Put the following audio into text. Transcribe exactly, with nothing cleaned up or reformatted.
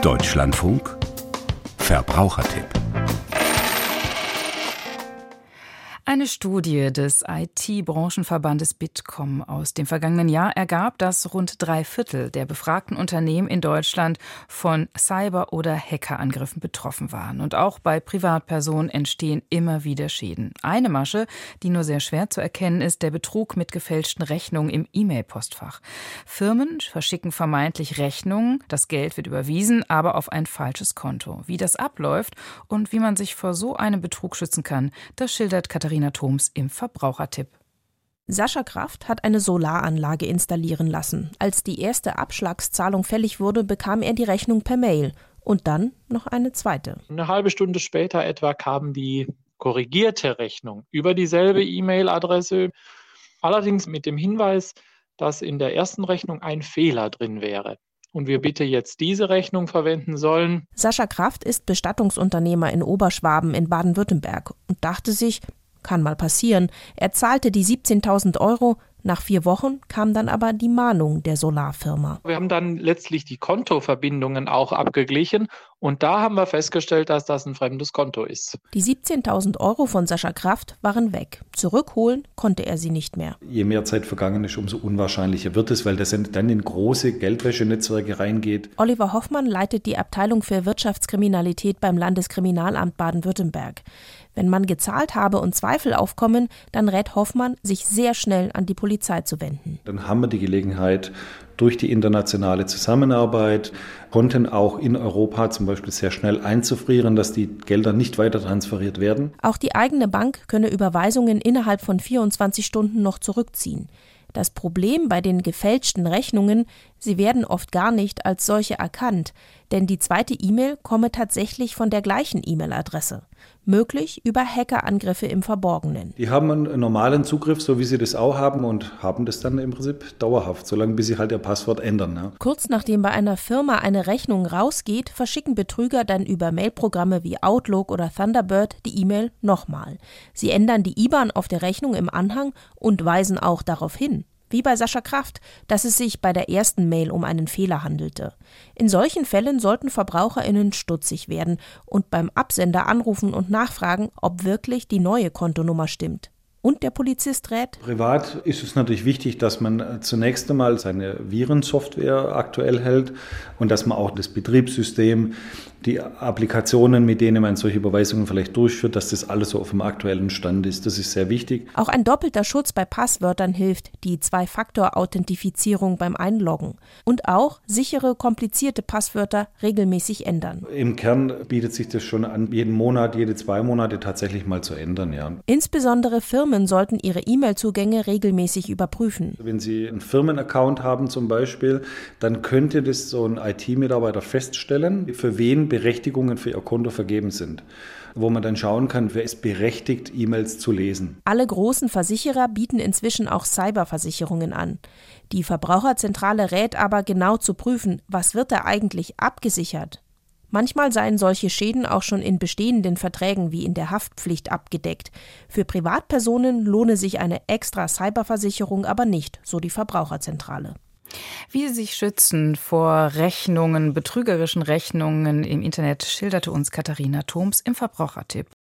Deutschlandfunk Verbrauchertipp. Eine Studie des I T-Branchenverbandes Bitkom aus dem vergangenen Jahr ergab, dass rund drei Viertel der befragten Unternehmen in Deutschland von Cyber- oder Hackerangriffen betroffen waren. Und auch bei Privatpersonen entstehen immer wieder Schäden. Eine Masche, die nur sehr schwer zu erkennen ist, der Betrug mit gefälschten Rechnungen im E-Mail-Postfach. Firmen verschicken vermeintlich Rechnungen, das Geld wird überwiesen, aber auf ein falsches Konto. Wie das abläuft und wie man sich vor so einem Betrug schützen kann, das schildert Katharina Thoms im Verbrauchertipp. Sascha Kraft hat eine Solaranlage installieren lassen. Als die erste Abschlagszahlung fällig wurde, bekam er die Rechnung per Mail und dann noch eine zweite. Eine halbe Stunde später etwa kam die korrigierte Rechnung über dieselbe E-Mail-Adresse, allerdings mit dem Hinweis, dass in der ersten Rechnung ein Fehler drin wäre und wir bitte jetzt diese Rechnung verwenden sollen. Sascha Kraft ist Bestattungsunternehmer in Oberschwaben in Baden-Württemberg und dachte sich, kann mal passieren. Er zahlte die siebzehntausend Euro. Nach vier Wochen kam dann aber die Mahnung der Solarfirma. Wir haben dann letztlich die Kontoverbindungen auch abgeglichen und da haben wir festgestellt, dass das ein fremdes Konto ist. Die siebzehntausend Euro von Sascha Kraft waren weg. Zurückholen konnte er sie nicht mehr. Je mehr Zeit vergangen ist, umso unwahrscheinlicher wird es, weil das dann in große Geldwäschenetzwerke reingeht. Oliver Hoffmann leitet die Abteilung für Wirtschaftskriminalität beim Landeskriminalamt Baden-Württemberg. Wenn man gezahlt habe und Zweifel aufkommen, dann rät Hoffmann, sich sehr schnell an die Polizei zu wenden. Dann haben wir die Gelegenheit, durch die internationale Zusammenarbeit, konnten auch in Europa zum Beispiel sehr schnell einzufrieren, dass die Gelder nicht weiter transferiert werden. Auch die eigene Bank könne Überweisungen innerhalb von vierundzwanzig Stunden noch zurückziehen. Das Problem bei den gefälschten Rechnungen, sie werden oft gar nicht als solche erkannt, denn die zweite E-Mail komme tatsächlich von der gleichen E-Mail-Adresse. Möglich über Hackerangriffe im Verborgenen. Die haben einen normalen Zugriff, so wie sie das auch haben und haben das dann im Prinzip dauerhaft, solange bis sie halt ihr Passwort ändern. Ja. Kurz nachdem bei einer Firma eine Rechnung rausgeht, verschicken Betrüger dann über Mailprogramme wie Outlook oder Thunderbird die E-Mail nochmal. Sie ändern die I B A N auf der Rechnung im Anhang und weisen auch darauf hin, wie bei Sascha Kraft, dass es sich bei der ersten Mail um einen Fehler handelte. In solchen Fällen sollten VerbraucherInnen stutzig werden und beim Absender anrufen und nachfragen, ob wirklich die neue Kontonummer stimmt. Und der Polizist rät: Privat ist es natürlich wichtig, dass man zunächst einmal seine Virensoftware aktuell hält und dass man auch das Betriebssystem, die Applikationen, mit denen man solche Überweisungen vielleicht durchführt, dass das alles so auf dem aktuellen Stand ist. Das ist sehr wichtig. Auch ein doppelter Schutz bei Passwörtern hilft, die Zwei-Faktor-Authentifizierung beim Einloggen. Und auch sichere, komplizierte Passwörter regelmäßig ändern. Im Kern bietet sich das schon an, jeden Monat, jede zwei Monate tatsächlich mal zu ändern. Ja. Insbesondere Firmen sollten ihre E-Mail-Zugänge regelmäßig überprüfen. Wenn Sie einen Firmenaccount haben zum Beispiel, dann könnte das so ein I T-Mitarbeiter feststellen, für wen Berechtigungen für Ihr Konto vergeben sind, wo man dann schauen kann, wer ist berechtigt, E-Mails zu lesen. Alle großen Versicherer bieten inzwischen auch Cyberversicherungen an. Die Verbraucherzentrale rät aber, genau zu prüfen, was wird da eigentlich abgesichert. Manchmal seien solche Schäden auch schon in bestehenden Verträgen wie in der Haftpflicht abgedeckt. Für Privatpersonen lohne sich eine extra Cyberversicherung aber nicht, so die Verbraucherzentrale. Wie sie sich schützen vor Rechnungen, betrügerischen Rechnungen im Internet, schilderte uns Katharina Thoms im Verbrauchertipp.